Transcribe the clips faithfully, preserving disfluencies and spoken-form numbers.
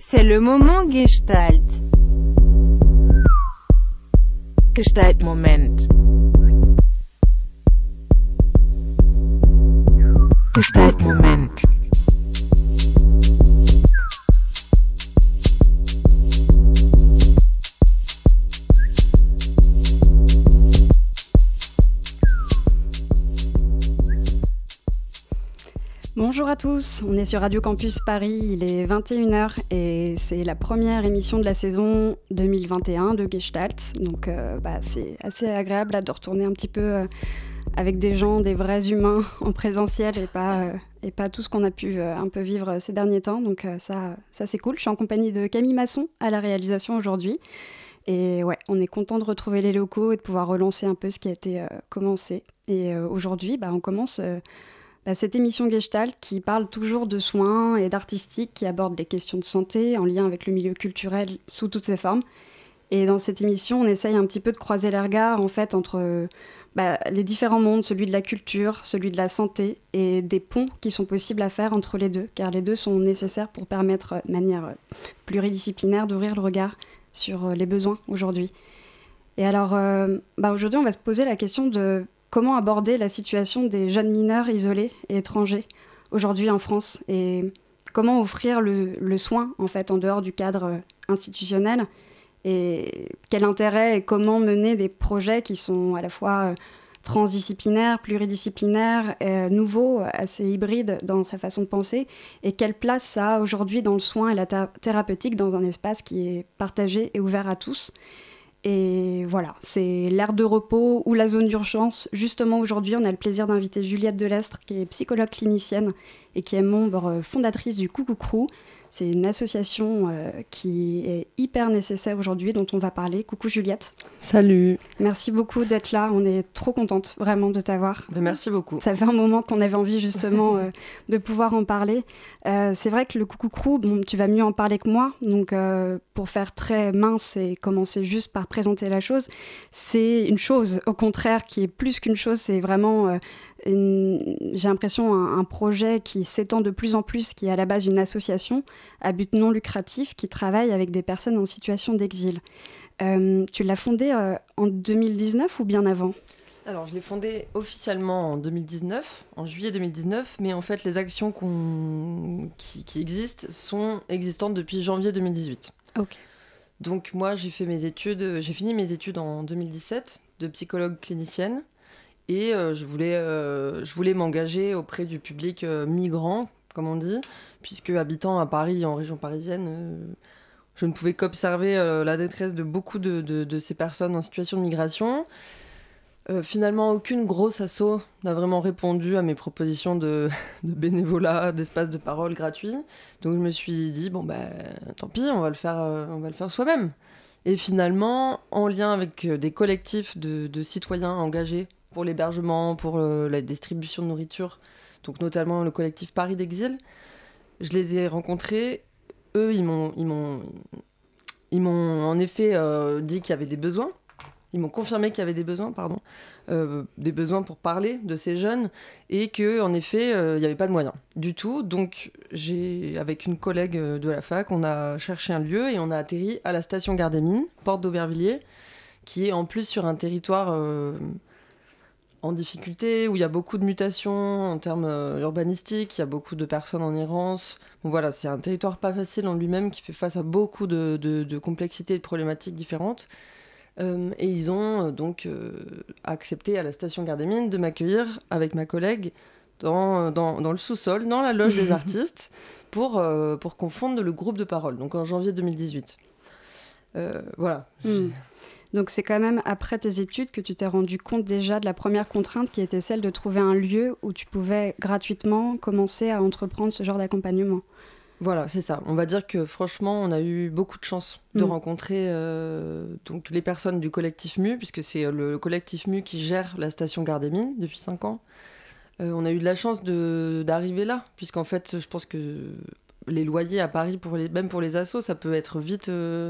C'est le moment Gestalt. Gestalt-Moment. Gestalt-Moment. Bonjour à tous, on est sur Radio Campus Paris, il est vingt et une heures et c'est la première émission de la saison deux mille vingt et un de Gestalt. Donc euh, bah, c'est assez agréable là, de retourner un petit peu euh, avec des gens, des vrais humains en présentiel et pas, euh, et pas tout ce qu'on a pu euh, un peu vivre ces derniers temps. Donc euh, ça, ça c'est cool. Je suis en compagnie de Camille Masson à la réalisation aujourd'hui. Et ouais, on est content de retrouver les locaux et de pouvoir relancer un peu ce qui a été euh, commencé. Et euh, aujourd'hui, bah, on commence... Euh, Bah, cette émission Gestalt qui parle toujours de soins et d'artistique, qui aborde les questions de santé en lien avec le milieu culturel sous toutes ses formes. Et dans cette émission, on essaye un petit peu de croiser les regards en fait, entre bah, les différents mondes, celui de la culture, celui de la santé, et des ponts qui sont possibles à faire entre les deux, car les deux sont nécessaires pour permettre de manière pluridisciplinaire d'ouvrir le regard sur les besoins aujourd'hui. Et alors, euh, bah, aujourd'hui, on va se poser la question de comment aborder la situation des jeunes mineurs isolés et étrangers aujourd'hui en France et comment offrir le, le soin en fait en dehors du cadre institutionnel et quel intérêt et comment mener des projets qui sont à la fois transdisciplinaires, pluridisciplinaires, euh, nouveaux, assez hybrides dans sa façon de penser et quelle place ça a aujourd'hui dans le soin et la tha- thérapeutique dans un espace qui est partagé et ouvert à tous. Et voilà, c'est l'aire de repos ou la zone d'urgence. Justement, aujourd'hui, on a le plaisir d'inviter Juliette Delestre, qui est psychologue clinicienne et qui est membre fondatrice du Coucou Crew. C'est une association euh, qui est hyper nécessaire aujourd'hui, dont on va parler. Coucou Juliette. Salut. Merci beaucoup d'être là. On est trop contente, vraiment, de t'avoir. Ben merci beaucoup. Ça fait un moment qu'on avait envie, justement, euh, de pouvoir en parler. Euh, c'est vrai que le Coucou Crew, bon, tu vas mieux en parler que moi. Donc, euh, pour faire très mince et commencer juste par présenter la chose, c'est une chose, au contraire, qui est plus qu'une chose. C'est vraiment... Euh, Une, j'ai l'impression un, un projet qui s'étend de plus en plus, qui est à la base une association à but non lucratif qui travaille avec des personnes en situation d'exil. Euh, tu l'as fondée euh, en deux mille dix-neuf ou bien avant ? Alors, je l'ai fondée officiellement en deux mille dix-neuf, en juillet deux mille dix-neuf, mais en fait, les actions qu'on... qui, qui existent sont existantes depuis janvier deux mille dix-huit. Ok. Donc, moi, j'ai fait mes études, j'ai fini mes études en deux mille dix-sept de psychologue clinicienne. Et euh, je, voulais, euh, je voulais m'engager auprès du public euh, migrant, comme on dit, puisque habitant à Paris, en région parisienne, euh, je ne pouvais qu'observer euh, la détresse de beaucoup de, de, de ces personnes en situation de migration. Euh, finalement, aucune grosse asso n'a vraiment répondu à mes propositions de, de bénévolat, d'espace de parole gratuit. Donc je me suis dit, bon, ben, tant pis, on va le faire, euh, on va le faire soi-même. Et finalement, en lien avec des collectifs de, de citoyens engagés pour l'hébergement, pour euh, la distribution de nourriture, donc notamment le collectif Paris d'Exil. Je les ai rencontrés. Eux, ils m'ont, ils m'ont, ils m'ont en effet euh, dit qu'il y avait des besoins. Ils m'ont confirmé qu'il y avait des besoins, pardon, euh, des besoins pour parler de ces jeunes et qu'en effet, euh, il n'y avait pas de moyens du tout. Donc, j'ai, avec une collègue de la fac, on a cherché un lieu et on a atterri à la station Gare des Mines, porte d'Aubervilliers, qui est en plus sur un territoire... Euh, en difficulté, où il y a beaucoup de mutations en termes euh, urbanistiques, il y a beaucoup de personnes en errance. Bon, voilà, c'est un territoire pas facile en lui-même qui fait face à beaucoup de, de, de complexités et de problématiques différentes. Euh, et ils ont euh, donc euh, accepté à la station Gare des Mines de m'accueillir avec ma collègue dans, dans, dans le sous-sol, dans la loge des artistes, pour, euh, pour qu'on fonde le groupe de parole, donc en janvier deux mille dix-huit. Euh, voilà. Mm. Donc c'est quand même après tes études que tu t'es rendu compte déjà de la première contrainte qui était celle de trouver un lieu où tu pouvais gratuitement commencer à entreprendre ce genre d'accompagnement. Voilà, c'est ça. On va dire que franchement, on a eu beaucoup de chance de mmh. rencontrer euh, donc, les personnes du collectif M U, puisque c'est le collectif M U qui gère la station Gare des Mines depuis cinq ans. Euh, on a eu de la chance de, d'arriver là, puisqu'en fait, je pense que les loyers à Paris, pour les, même pour les assos, ça peut être vite... Euh,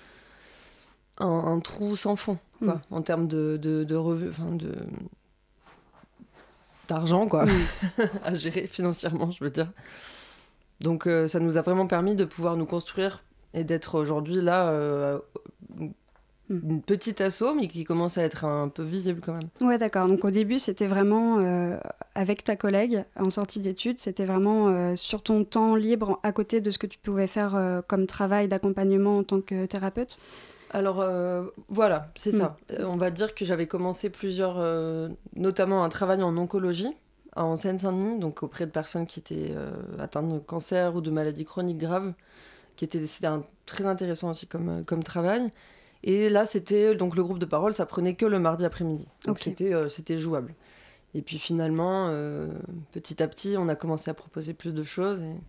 Un, un trou sans fond, quoi, mmh. en termes de, de, de revenus, enfin de d'argent, quoi, mmh. à gérer financièrement, je veux dire. Donc euh, ça nous a vraiment permis de pouvoir nous construire et d'être aujourd'hui là, euh, une petite asso, mais qui commence à être un peu visible quand même. Ouais, d'accord. Donc au début, c'était vraiment euh, avec ta collègue en sortie d'études, c'était vraiment euh, sur ton temps libre à côté de ce que tu pouvais faire euh, comme travail d'accompagnement en tant que thérapeute. Alors euh, voilà, c'est Mm. ça. Euh, on va dire que j'avais commencé plusieurs, euh, notamment un travail en oncologie en Seine-Saint-Denis, donc auprès de personnes qui étaient euh, atteintes de cancer ou de maladies chroniques graves, qui était c'était un- très intéressant aussi comme, euh, comme travail. Et là, c'était donc le groupe de parole, ça prenait que le mardi après-midi. Donc Ok. c'était, euh, c'était jouable. Et puis finalement, euh, petit à petit, on a commencé à proposer plus de choses et,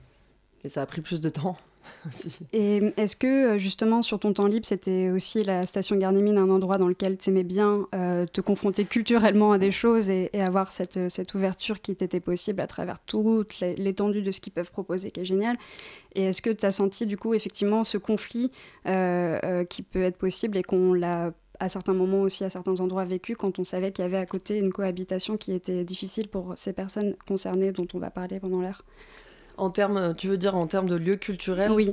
et ça a pris plus de temps aussi. Et est-ce que euh, justement sur ton temps libre, c'était aussi la station Gare-des-Mines un endroit dans lequel tu aimais bien euh, te confronter culturellement à des choses et, et avoir cette, cette ouverture qui t'était possible à travers toute l'é- l'étendue de ce qu'ils peuvent proposer, qui est génial. Et est-ce que tu as senti du coup effectivement ce conflit euh, euh, qui peut être possible et qu'on l'a à certains moments aussi, à certains endroits vécu, quand on savait qu'il y avait à côté une cohabitation qui était difficile pour ces personnes concernées dont on va parler pendant l'heure? En termes, tu veux dire en termes de lieux culturels? Oui.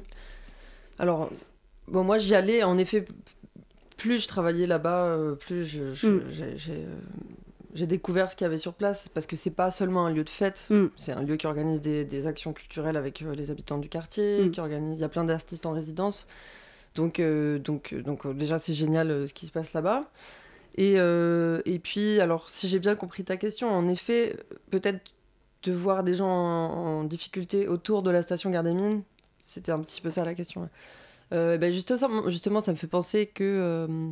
Alors, bon, moi j'y allais, en effet, plus je travaillais là-bas, euh, plus je, je- Mm. j'ai, j'ai, euh, j'ai découvert ce qu'il y avait sur place, parce que c'est pas seulement un lieu de fête, Mm. c'est un lieu qui organise des, des actions culturelles avec euh, les habitants du quartier, Mm. qui organise, il y a plein d'artistes en résidence, donc, euh, donc, euh, donc euh, déjà c'est génial euh, ce qui se passe là-bas. Et, euh, et puis, alors si j'ai bien compris ta question, en effet, peut-être de voir des gens en, en difficulté autour de la station Gare-des-Mines, c'était un petit peu ça la question. Ouais. Euh, ben justement, justement, ça me fait penser que euh,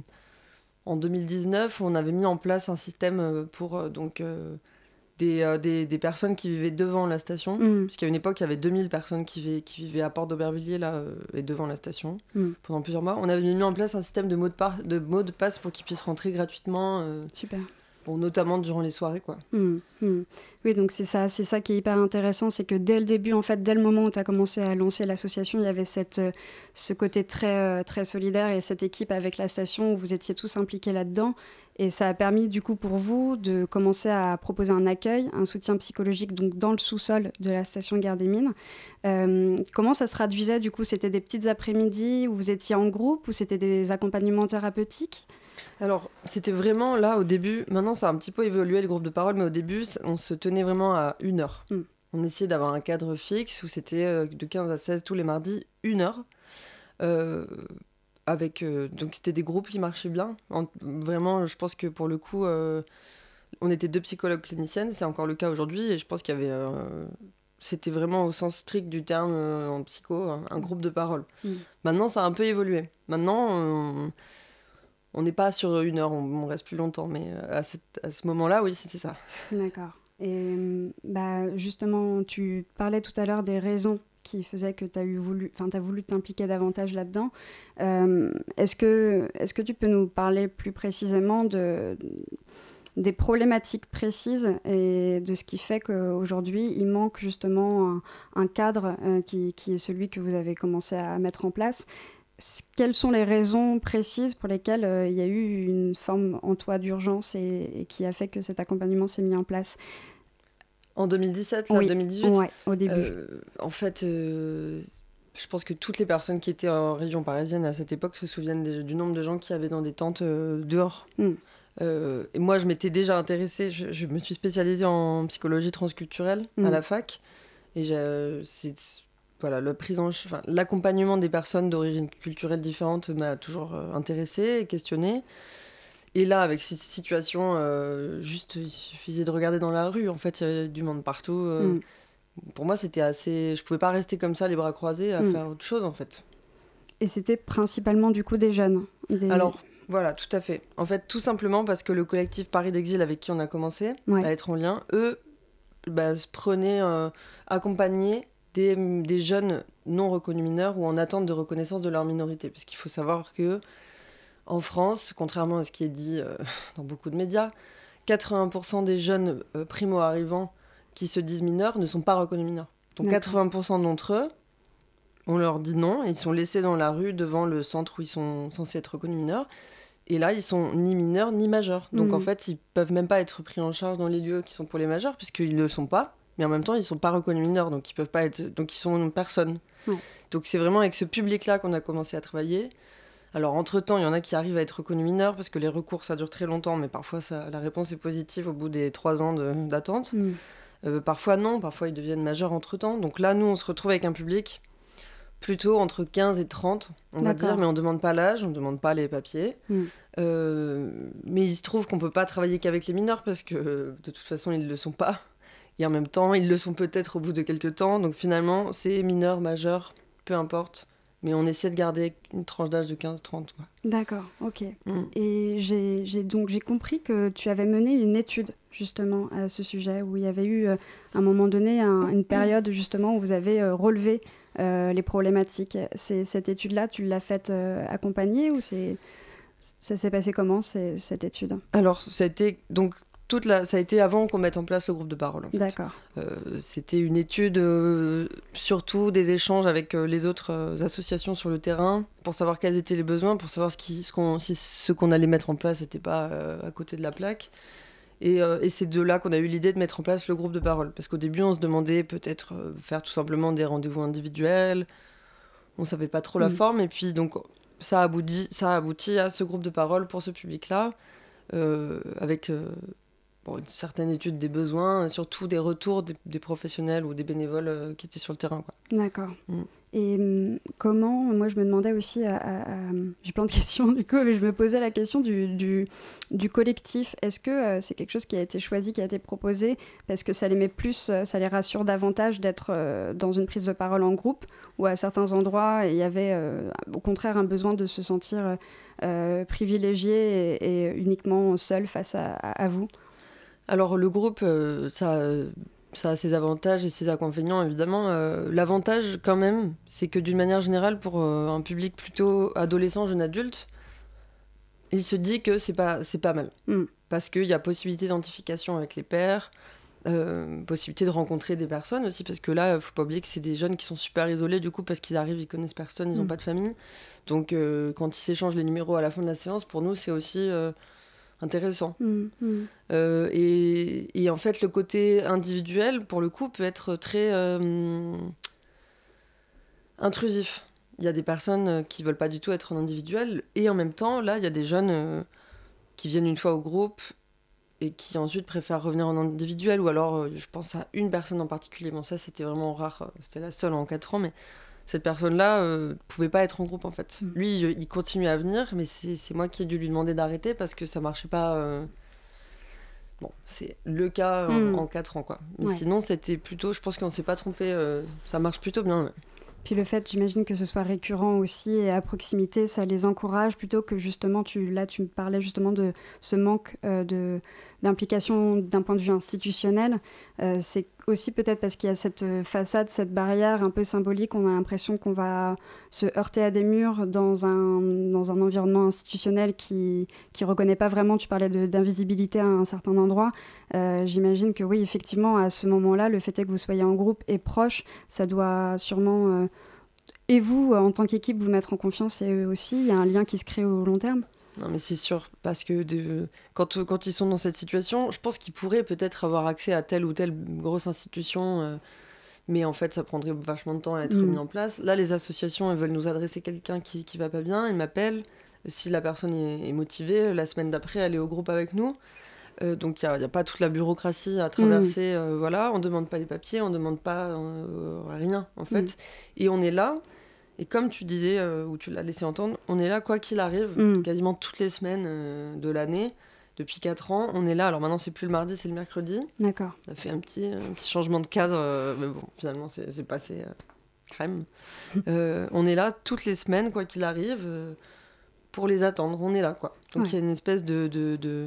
en deux mille dix-neuf, on avait mis en place un système euh, pour euh, donc euh, des, euh, des, des personnes qui vivaient devant la station. Mm. Parce qu'à une époque, il y avait deux mille personnes qui vivaient, qui vivaient à Porte d'Aubervilliers là, euh, et devant la station Mm. pendant plusieurs mois. On avait mis en place un système de mots de, par- de, mots de passe pour qu'ils puissent rentrer gratuitement, euh, Super. bon, notamment durant les soirées, quoi. Mm, mm. Oui, donc c'est ça, c'est ça qui est hyper intéressant, c'est que dès le début, en fait, dès le moment où tu as commencé à lancer l'association, il y avait cette, euh, ce côté très, euh, très solidaire et cette équipe avec la station où vous étiez tous impliqués là-dedans. Et ça a permis, du coup, pour vous de commencer à proposer un accueil, un soutien psychologique donc dans le sous-sol de la station Gare-des-Mines. Euh, comment ça se traduisait, du coup? C'était des petites après-midi où vous étiez en groupe ou c'était des accompagnements thérapeutiques? Alors, c'était vraiment là au début. Maintenant, ça a un petit peu évolué le groupe de parole, mais au début, ça- on se tenait vraiment à une heure. Mm. On essayait d'avoir un cadre fixe où c'était euh, de quinze à seize tous les mardis, une heure. Euh, avec, euh, donc, c'était des groupes qui marchaient bien. En- vraiment, je pense que pour le coup, euh, on était deux psychologues cliniciennes, c'est encore le cas aujourd'hui, et je pense qu'il y avait. euh, C'était vraiment au sens strict du terme euh, en psycho, un, un groupe de parole. Mm. Maintenant, ça a un peu évolué. Maintenant, on- on n'est pas sur une heure, on, on reste plus longtemps, mais euh, à, cette- à ce moment-là, oui, c'était ça. D'accord. Et euh, bah, justement, tu parlais tout à l'heure des raisons qui faisaient que tu as voulu, enfin, t'as voulu t'impliquer davantage là-dedans. Euh, est-ce que, est-ce que tu peux nous parler plus précisément de, des problématiques précises et de ce qui fait qu'aujourd'hui, il manque justement un, un cadre euh, qui, qui est celui que vous avez commencé à mettre en place? Quelles sont les raisons précises pour lesquelles euh, il y a eu une forme en toi d'urgence et, et qui a fait que cet accompagnement s'est mis en place? En deux mille dix-sept, là, Oui, deux mille dix-huit, ouais, au début. euh, en fait, euh, je pense que toutes les personnes qui étaient en région parisienne à cette époque se souviennent des- du nombre de gens qui avaient dans des tentes euh, dehors. Mm. Euh, et moi, je m'étais déjà intéressée, je, je me suis spécialisée en psychologie transculturelle Mm. à la fac. Et j'ai- c'est, voilà, le prise en ch- enfin, l'accompagnement des personnes d'origine culturelle différente m'a toujours euh, intéressée et questionnée. Et là, avec cette situation, euh, juste, il suffisait de regarder dans la rue. En fait, il y avait du monde partout. euh, Mm. Pour moi, c'était assez... Je pouvais pas rester comme ça, les bras croisés, à Mm. faire autre chose, en fait. Et c'était principalement du coup des jeunes. Des... Alors, voilà, tout à fait. En fait, tout simplement parce que le collectif Paris d'Exil, avec qui on a commencé Ouais. à être en lien, eux, bah, se prenaient, euh, accompagner des, des jeunes non reconnus mineurs ou en attente de reconnaissance de leur minorité. Parce qu'il faut savoir que en France, contrairement à ce qui est dit euh, dans beaucoup de médias, quatre-vingts pour cent des jeunes euh, primo-arrivants qui se disent mineurs ne sont pas reconnus mineurs. Donc D'accord. quatre-vingts pour cent d'entre eux, on leur dit non, et ils sont laissés dans la rue devant le centre où ils sont censés être reconnus mineurs. Et là, ils sont ni mineurs ni majeurs. Donc Mhm. en fait, ils peuvent même pas être pris en charge dans les lieux qui sont pour les majeurs, puisqu'ils ne le sont pas. mais en même temps, ils sont pas reconnus mineurs, donc ils peuvent pas être, donc ils sont personnes. Ouais. Donc c'est vraiment avec ce public-là qu'on a commencé à travailler. Alors entre-temps, il y en a qui arrivent à être reconnus mineurs, parce que les recours, ça dure très longtemps, mais parfois ça, la réponse est positive au bout des trois ans de, d'attente. Mm. Euh, parfois non, parfois ils deviennent majeurs entre-temps. Donc là, nous, on se retrouve avec un public plutôt entre quinze et trente, on va D'accord. dire, mais on demande pas l'âge, on demande pas les papiers. Mm. Euh, mais il se trouve qu'on peut pas travailler qu'avec les mineurs, parce que de toute façon, ils le sont pas. Et en même temps, ils le sont peut-être au bout de quelques temps. Donc finalement, c'est mineurs, majeurs, peu importe. Mais on essaie de garder une tranche d'âge de quinze trente. Quoi. D'accord, ok. Mm. Et j'ai, j'ai donc j'ai compris que tu avais mené une étude justement à ce sujet, où il y avait eu euh, à un moment donné un- une période justement où vous avez euh, relevé euh, les problématiques. C'est, cette étude-là, tu l'as faite euh, accompagnée ou c'est, ça s'est passé comment c'est, cette étude? Alors, ça a été, donc, toute la, ça a été avant qu'on mette en place le groupe de parole. En fait. D'accord. Euh, c'était une étude, euh, surtout des échanges avec euh, les autres euh, associations sur le terrain, pour savoir quels étaient les besoins, pour savoir ce, qui, ce qu'on, si ce qu'on allait mettre en place n'était pas euh, à côté de la plaque. Et, euh, et c'est de là qu'on a eu l'idée de mettre en place le groupe de parole. Parce qu'au début, on se demandait peut-être euh, faire tout simplement des rendez-vous individuels. On ne savait pas trop la Mm. forme. Et puis, donc, ça a abouti, ça a abouti à ce groupe de parole pour ce public-là, euh, avec euh, bon, une certaine étude des besoins, surtout des retours des, des professionnels ou des bénévoles euh, qui étaient sur le terrain. Quoi. D'accord. Mm. Et hum, comment, moi je me demandais aussi, à, à- à- j'ai plein de questions du coup, mais je me posais la question du, du, du collectif. Est-ce que euh, c'est quelque chose qui a été choisi, qui a été proposé, parce que ça les met plus, euh, ça les rassure davantage d'être euh, dans une prise de parole en groupe, ou à certains endroits, il y avait euh, au contraire un besoin de se sentir euh, privilégié et, et uniquement seul face à, à- à vous? Alors, le groupe, euh, ça, euh, ça a ses avantages et ses inconvénients, évidemment. Euh, l'avantage, quand même, c'est que d'une manière générale, pour euh, un public plutôt adolescent, jeune adulte, il se dit que c'est pas, c'est pas mal. Mm. Parce qu'il y a possibilité d'identification avec les pairs, euh, possibilité de rencontrer des personnes aussi, parce que là, faut pas oublier que c'est des jeunes qui sont super isolés, du coup, parce qu'ils arrivent, ils connaissent personne, ils n'ont Mm. pas de famille. Donc, euh, quand ils s'échangent les numéros à la fin de la séance, pour nous, c'est aussi euh, intéressant. Mm, mm. Euh, et, et en fait, le côté individuel, pour le coup, peut être très euh, intrusif. Il y a des personnes qui veulent pas du tout être en individuel, et en même temps, là, il y a des jeunes euh, qui viennent une fois au groupe et qui ensuite préfèrent revenir en individuel, ou alors, euh, je pense à une personne en particulier, bon ça c'était vraiment rare, c'était la seule en quatre ans, mais cette personne-là euh, pouvait pas être en groupe en fait. Mm. Lui, il, il continue à venir, mais c'est, c'est moi qui ai dû lui demander d'arrêter parce que ça marchait pas... euh, Bon, c'est le cas en, Mm. en quatre ans, quoi. Mais Ouais. sinon, c'était plutôt... Je pense qu'on s'est pas trompé. euh, ça marche plutôt bien, ouais. Puis le fait, j'imagine que ce soit récurrent aussi et à proximité, ça les encourage plutôt que justement, tu, là tu me parlais justement de ce manque euh, de, d'implication d'un point de vue institutionnel. Euh, c'est aussi peut-être parce qu'il y a cette façade, cette barrière un peu symbolique, on a l'impression qu'on va se heurter à des murs dans un, dans un environnement institutionnel qui ne reconnaît pas vraiment, tu parlais de, d'invisibilité à un certain endroit. Euh, j'imagine que oui, effectivement, à ce moment-là, le fait est que vous soyez en groupe et proche, ça doit sûrement... Euh, et vous, en tant qu'équipe, vous mettre en confiance et eux aussi, il y a un lien qui se crée au long terme? Non, mais c'est sûr, parce que de... quand, quand ils sont dans cette situation, je pense qu'ils pourraient peut-être avoir accès à telle ou telle grosse institution, euh, mais en fait, ça prendrait vachement de temps à être Mm. mis en place. Là, les associations, elles veulent nous adresser quelqu'un qui, qui va pas bien, ils m'appellent. Si la personne est, est motivée, la semaine d'après, elle est au groupe avec nous. Euh, donc, il n'y a, y a pas toute la bureaucratie à traverser. euh, voilà, on ne demande pas les papiers, on ne demande pas euh, rien, en fait. Mm. Et on est là. Et comme tu disais, euh, ou tu l'as laissé entendre, on est là quoi qu'il arrive, Mm. quasiment toutes les semaines euh, de l'année, depuis quatre ans, on est là. Alors maintenant, c'est plus le mardi, c'est le mercredi. D'accord. On a fait un petit, un petit changement de cadre, euh, mais bon, finalement, c'est, c'est passé euh, crème. Euh, on est là toutes les semaines, quoi qu'il arrive, euh, pour les attendre. On est là, quoi. Donc il Ouais. y a une espèce de, de, de,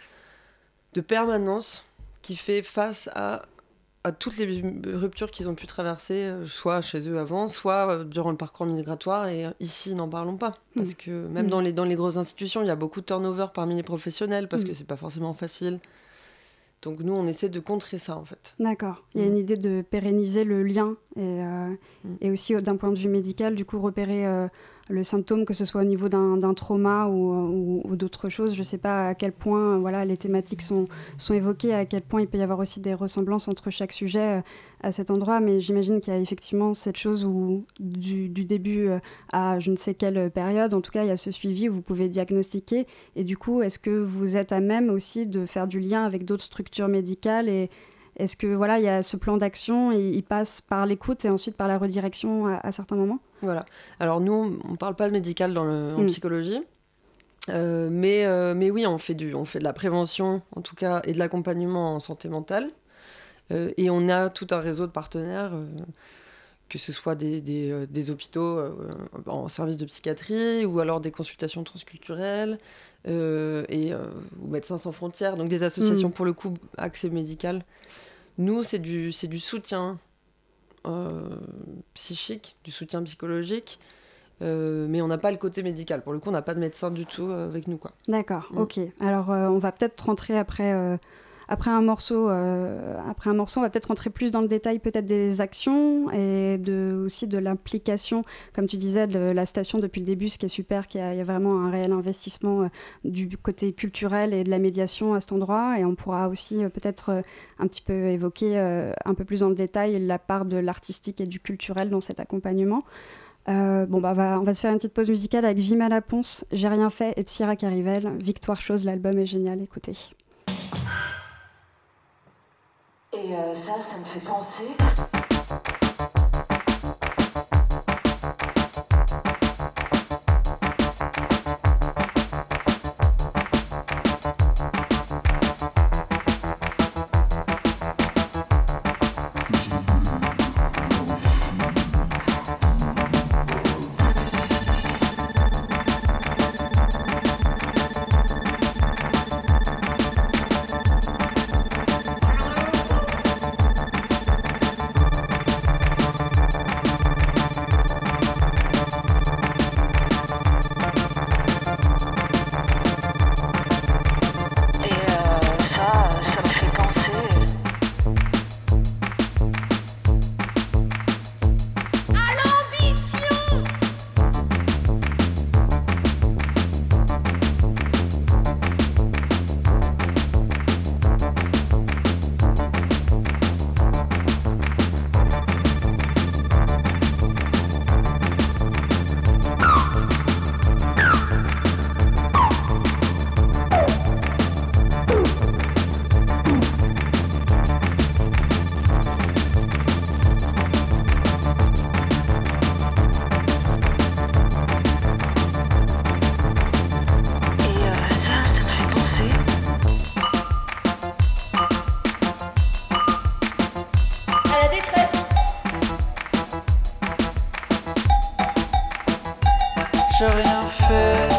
de permanence qui fait face à à toutes les ruptures qu'ils ont pu traverser, soit chez eux avant, soit durant le parcours migratoire, et ici, n'en parlons pas. Parce Mm. que même Mm. dans, les, dans les grosses institutions, il y a beaucoup de turnover parmi les professionnels, parce Mm. que c'est pas forcément facile. Donc nous, on essaie de contrer ça, en fait. D'accord. Il y a Mm. une idée de pérenniser le lien et, euh, Mm. et aussi euh, d'un point de vue médical, du coup, repérer euh, le symptôme, que ce soit au niveau d'un, d'un trauma ou, ou, ou d'autres choses. Je ne sais pas à quel point voilà, les thématiques sont, sont évoquées, à quel point il peut y avoir aussi des ressemblances entre chaque sujet euh, à cet endroit, mais j'imagine qu'il y a effectivement cette chose où du, du début euh, à je ne sais quelle période, en tout cas il y a ce suivi où vous pouvez diagnostiquer, et du coup est-ce que vous êtes à même aussi de faire du lien avec d'autres structures médicales, et est-ce que voilà, il y a ce plan d'action, et il passe par l'écoute et ensuite par la redirection à, à certains moments? Voilà. Alors nous, on ne parle pas le médical dans le, en mmh. psychologie, euh, mais, euh, mais oui, on fait, du, on fait de la prévention, en tout cas, et de l'accompagnement en santé mentale. Euh, et on a tout un réseau de partenaires, euh, que ce soit des, des, euh, des hôpitaux euh, en service de psychiatrie, ou alors des consultations transculturelles, euh, et, euh, ou Médecins sans frontières, donc des associations mmh. pour le coup accès médical. Nous, c'est du, c'est du soutien Euh, psychique, du soutien psychologique, euh, mais on n'a pas le côté médical. Pour le coup, on n'a pas de médecin du tout euh, avec nous, quoi. D'accord, mmh. ok. Alors, euh, on va peut-être rentrer après, euh, après, un morceau, euh, après un morceau, on va peut-être rentrer plus dans le détail peut-être des actions et de, aussi de l'implication, comme tu disais, de la station depuis le début, ce qui est super, qu'il y a, il y a vraiment un réel investissement euh, du côté culturel et de la médiation à cet endroit. Et on pourra aussi euh, peut-être euh, un petit peu évoquer euh, un peu plus dans le détail la part de l'artistique et du culturel dans cet accompagnement. Euh, bon, bah, va, on va se faire une petite pause musicale avec Vima Laponce, J'ai rien fait, et Tsira Carivel. Victoire Chose, l'album est génial, écoutez. Et euh, ça, ça me fait penser... J'ai rien fait.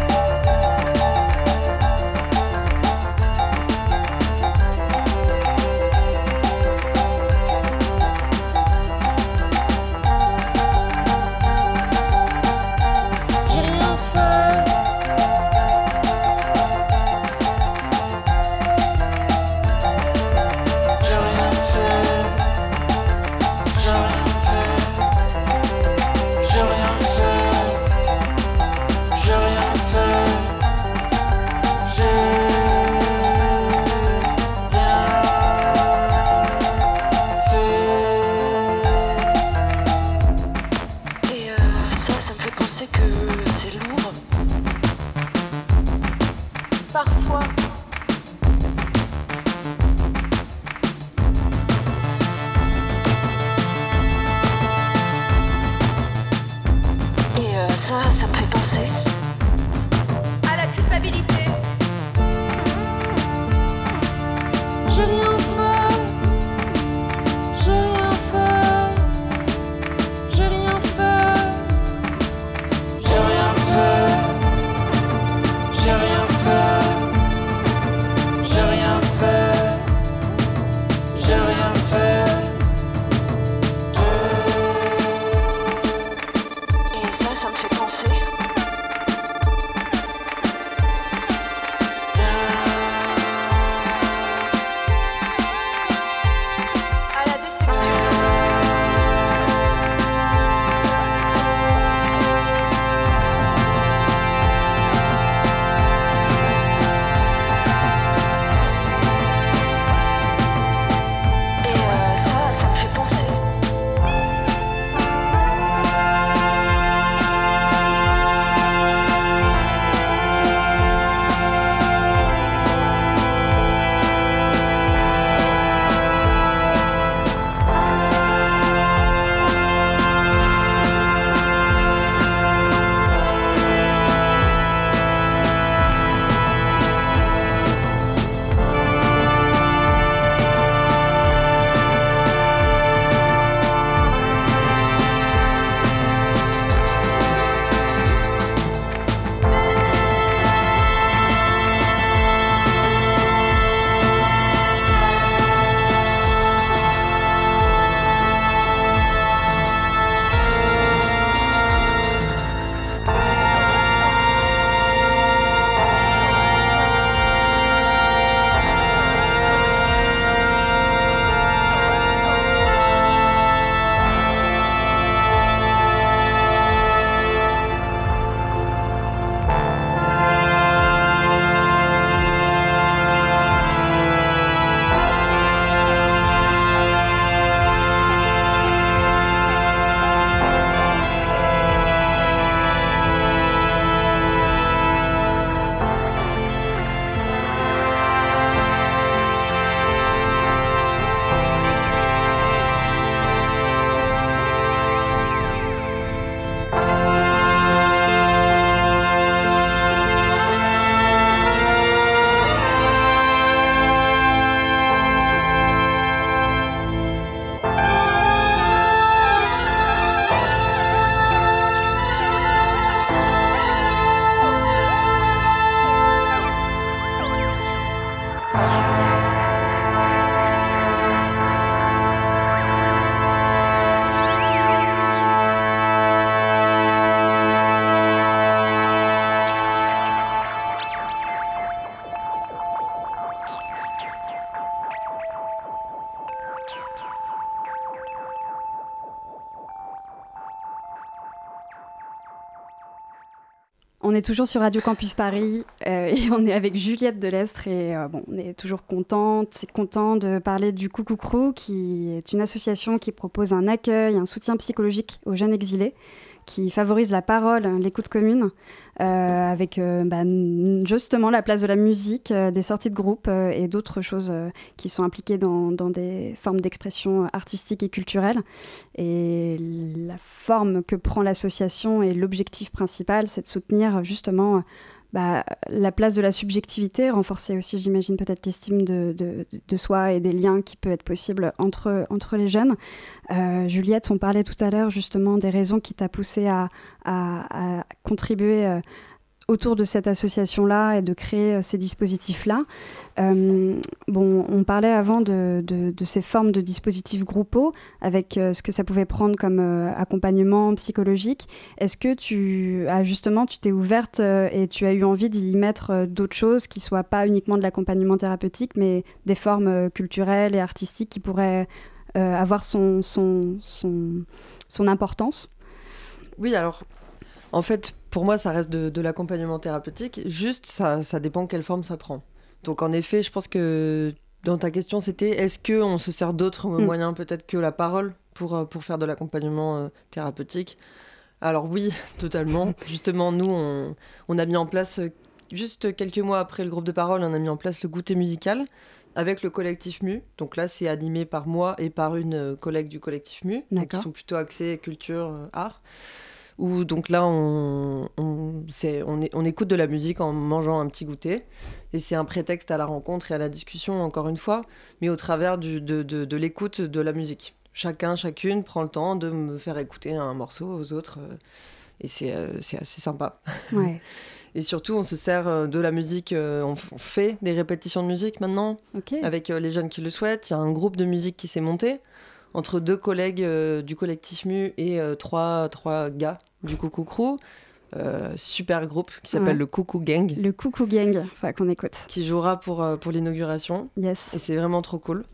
Ça, ça me fait penser à la culpabilité. J'ai rien fait, j'ai rien fait, j'ai rien fait, j'ai rien fait, j'ai rien fait, j'ai rien fait, j'ai rien fait. Et ça, ça me fait penser On est toujours sur Radio Campus Paris euh, et on est avec Juliette Delestre et euh, bon, on est toujours contente, c'est content de parler du Coucou Crew qui est une association qui propose un accueil, un soutien psychologique aux jeunes exilés, qui favorise la parole, l'écoute commune, euh, avec euh, bah, justement la place de la musique, euh, des sorties de groupe euh, et d'autres choses euh, qui sont impliquées dans, dans des formes d'expression artistique et culturelle. Et la forme que prend l'association et l'objectif principal, c'est de soutenir justement bah, la place de la subjectivité, renforcer aussi, j'imagine, peut-être l'estime de, de, de soi et des liens qui peuvent être possibles entre, entre les jeunes. Euh, Juliette, on parlait tout à l'heure justement des raisons qui t'a poussé à, à, à contribuer euh, autour de cette association-là et de créer euh, ces dispositifs-là. Euh, bon, on parlait avant de, de, de ces formes de dispositifs groupaux avec euh, ce que ça pouvait prendre comme euh, accompagnement psychologique. Est-ce que tu as justement, tu t'es ouverte euh, et tu as eu envie d'y mettre euh, d'autres choses qui ne soient pas uniquement de l'accompagnement thérapeutique, mais des formes euh, culturelles et artistiques qui pourraient euh, avoir son, son, son, son importance ? Oui, alors, en fait, pour moi, ça reste de, de l'accompagnement thérapeutique. Juste, ça, ça dépend quelle forme ça prend. Donc, en effet, je pense que dans ta question, c'était est-ce qu'on se sert d'autres mmh. moyens peut-être que la parole pour, pour faire de l'accompagnement euh, thérapeutique ? Alors oui, totalement. Justement, nous, on, on a mis en place, juste quelques mois après le groupe de parole, on a mis en place le goûter musical avec le collectif Mu. Donc là, c'est animé par moi et par une collègue du collectif Mu, donc qui sont plutôt axés culture, euh, art. Où donc là, on, on, c'est, on, est, on écoute de la musique en mangeant un petit goûter. Et c'est un prétexte à la rencontre et à la discussion, encore une fois, mais au travers du, de, de, de l'écoute de la musique. Chacun, chacune prend le temps de me faire écouter un morceau aux autres. Euh, et c'est, euh, c'est assez sympa. Ouais. Et surtout, on se sert de la musique. Euh, on, on fait des répétitions de musique maintenant, okay. avec euh, les jeunes qui le souhaitent. Il y a un groupe de musique qui s'est monté entre deux collègues euh, du collectif Mu et euh, trois, trois gars du Coucou Crew. Euh, super groupe qui s'appelle ouais. le Coucou Gang. Le Coucou Gang, enfin qu'on écoute. Qui jouera pour, euh, pour l'inauguration. Yes. Et c'est vraiment trop cool.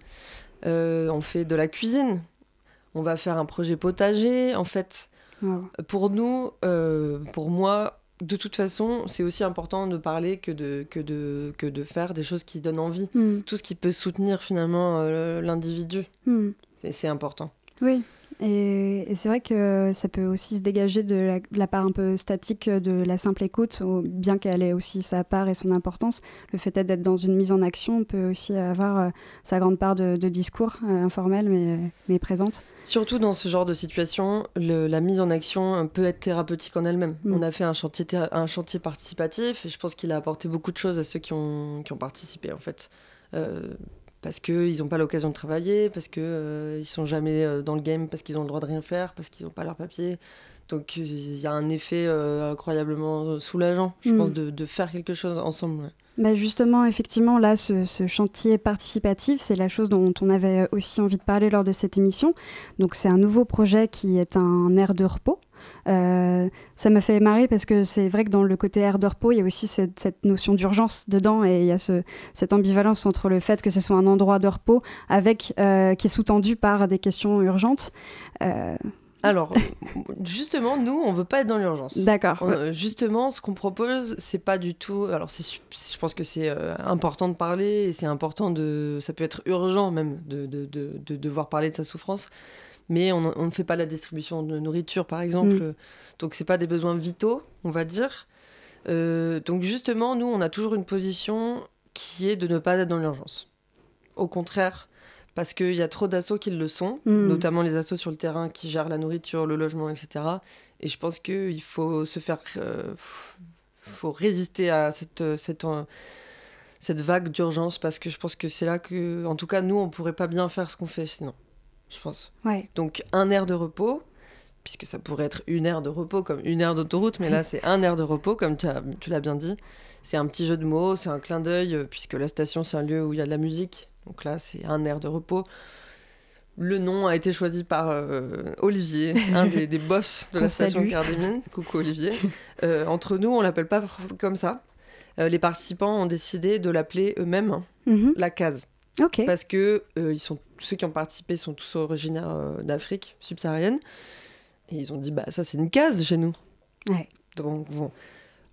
Euh, on fait de la cuisine. On va faire un projet potager. En fait, oh. pour nous, euh, pour moi, de toute façon, c'est aussi important de parler que de, que de, que de faire des choses qui donnent envie. Mm. Tout ce qui peut soutenir finalement euh, l'individu. Mm. C'est, c'est important. Oui, et, et c'est vrai que ça peut aussi se dégager de la, de la part un peu statique de la simple écoute, ou bien qu'elle ait aussi sa part et son importance. Le fait d'être dans une mise en action peut aussi avoir euh, sa grande part de, de discours euh, informel, mais, mais présente. Surtout dans ce genre de situation, le, la mise en action peut être thérapeutique en elle-même. Mmh. On a fait un chantier, thé- un chantier participatif et je pense qu'il a apporté beaucoup de choses à ceux qui ont, qui ont participé, en fait. Euh, parce qu'ils n'ont pas l'occasion de travailler, parce qu'ils euh, ne sont jamais euh, dans le game, parce qu'ils ont le droit de rien faire, parce qu'ils n'ont pas leur papier. Donc il y a un effet euh, incroyablement soulageant, je mmh. pense, de, de faire quelque chose ensemble. Ouais. Bah justement, effectivement, là, ce, ce chantier participatif, c'est la chose dont on avait aussi envie de parler lors de cette émission. Donc c'est un nouveau projet qui est un aire de repos. Euh, ça me fait marrer parce que c'est vrai que dans le côté aire de repos, il y a aussi cette, cette notion d'urgence dedans et il y a ce, cette ambivalence entre le fait que ce soit un endroit de repos avec, euh, qui est sous-tendu par des questions urgentes. Euh... Alors, justement, nous, on veut pas être dans l'urgence. D'accord. On, ouais. Justement, ce qu'on propose, c'est pas du tout... Alors, c'est, je pense que c'est euh, important de parler et c'est important de... Ça peut être urgent même de, de, de, de devoir parler de sa souffrance. Mais on, on ne fait pas la distribution de nourriture, par exemple. Mmh. Donc, c'est pas des besoins vitaux, on va dire. Euh, donc, justement, nous, on a toujours une position qui est de ne pas être dans l'urgence. Au contraire, parce qu'il y a trop d'assos qui le sont, mmh. notamment les assos sur le terrain qui gèrent la nourriture, le logement, et cetera. Et je pense qu'il faut se faire... Euh, faut résister à cette... cette euh, cette vague d'urgence, parce que je pense que c'est là que... En tout cas, nous, on pourrait pas bien faire ce qu'on fait, sinon. Je pense. Ouais. Donc, un aire de repos, puisque ça pourrait être une aire de repos, comme une aire d'autoroute, mais là, c'est un aire de repos, comme tu, as, tu l'as bien dit. C'est un petit jeu de mots, c'est un clin d'œil, puisque la station, c'est un lieu où il y a de la musique. Donc là, c'est un aire de repos. Le nom a été choisi par euh, Olivier, un des, des boss de la station Cœur des Mines. Coucou Olivier. Euh, entre nous, on l'appelle pas comme ça. Euh, les participants ont décidé de l'appeler eux-mêmes mm-hmm. la case. Okay. Parce que euh, ils sont, ceux qui ont participé sont tous originaires euh, d'Afrique subsaharienne. Et ils ont dit, bah ça c'est une case chez nous. Ouais. Donc bon,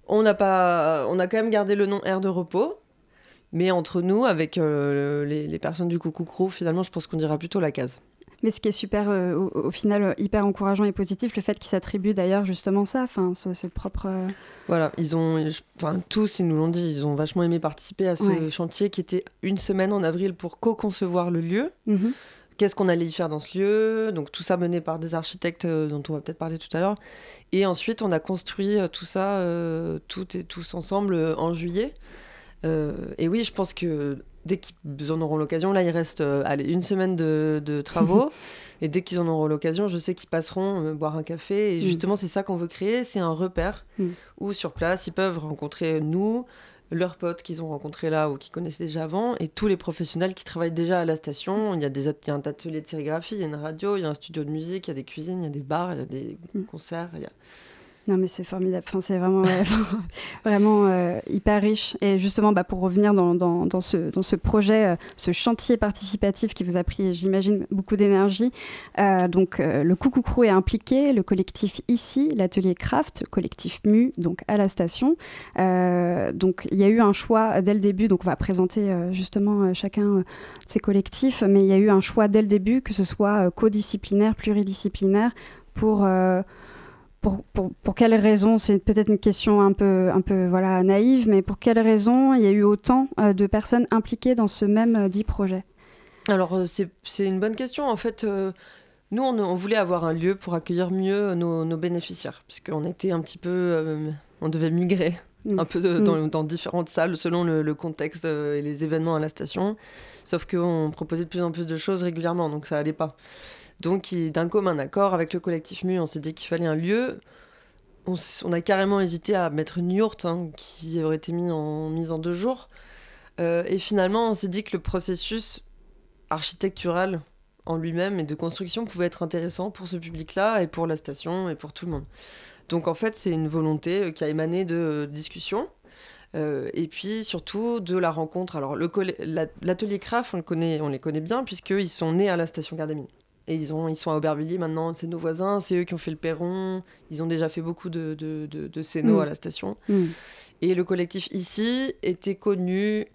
On n'a pas, on a quand même gardé le nom Aire de repos, mais entre nous, avec euh, les, les personnes du Coucou Crew, finalement, je pense qu'on dira plutôt la case. Mais ce qui est super, euh, au, au final, euh, hyper encourageant et positif, le fait qu'ils s'attribuent d'ailleurs justement ça, enfin, ce, ce propre... euh, Voilà, ils ont, enfin tous, ils nous l'ont dit, ils ont vachement aimé participer à ce Ouais. chantier qui était une semaine en avril pour co-concevoir le lieu. mhm. Qu'est-ce qu'on allait y faire dans ce lieu? Donc tout ça mené par des architectes euh, dont on va peut-être parler tout à l'heure. Et ensuite, on a construit euh, tout ça, euh, toutes et tous ensemble, euh, en juillet. Euh, et oui, je pense que dès qu'ils en auront l'occasion, là, il reste euh, allez, une semaine de, de travaux. Et dès qu'ils en auront l'occasion, je sais qu'ils passeront euh, boire un café. Et Mm. justement, c'est ça qu'on veut créer. C'est un repère Mm. où, sur place, ils peuvent rencontrer nous, leurs potes qu'ils ont rencontrés là ou qu'ils connaissaient déjà avant, et tous les professionnels qui travaillent déjà à la station. Il y a, des at- il y a un atelier de sérigraphie, il y a une radio, il y a un studio de musique, il y a des cuisines, il y a des bars, il y a des Mm. concerts. Il y a... Non mais c'est formidable, enfin, c'est vraiment, ouais, vraiment euh, hyper riche. Et justement, bah, pour revenir dans, dans, dans, ce, dans ce projet, euh, ce chantier participatif qui vous a pris, j'imagine, beaucoup d'énergie, euh, donc euh, le Coucou Crew est impliqué, le collectif Ici, l'atelier Craft, le collectif Mu, donc à la station. Euh, donc il y a eu un choix dès le début, donc on va présenter euh, justement euh, chacun euh, de ces collectifs, mais il y a eu un choix dès le début, que ce soit euh, codisciplinaire, pluridisciplinaire, pour... euh, Pour, pour, pour quelles raisons, c'est peut-être une question un peu, un peu voilà, naïve, mais pour quelles raisons il y a eu autant euh, de personnes impliquées dans ce même euh, dit projet? Alors, euh, c'est, c'est une bonne question. En fait, euh, nous, on, on voulait avoir un lieu pour accueillir mieux nos, nos bénéficiaires, puisqu'on était un petit peu... euh, on devait migrer Mm. un peu de- Mm. dans, dans différentes salles selon le, le contexte euh, et les événements à la station. Sauf qu'on proposait de plus en plus de choses régulièrement, donc ça allait pas. Donc, il- d'un commun accord avec le collectif Mu, on s'est dit qu'il fallait un lieu. On, s- on a carrément hésité à mettre une yourte hein, qui aurait été mise en, mise en deux jours. Euh, et finalement, on s'est dit que le processus architectural en lui-même et de construction pouvait être intéressant pour ce public-là et pour la station et pour tout le monde. Donc en fait, c'est une volonté euh, qui a émané de euh, discussions. Euh, et puis surtout de la rencontre. Alors le coll- la- l'atelier Craft, on, le connaît, on les connaît bien puisqu'ils sont nés à la station Gare des Mines. Et ils, ont, ils sont à Aubervilliers maintenant, c'est nos voisins, c'est eux qui ont fait le perron, ils ont déjà fait beaucoup de, de, de, de scénos Mm. à la station. Mm. Et le collectif Ici était connu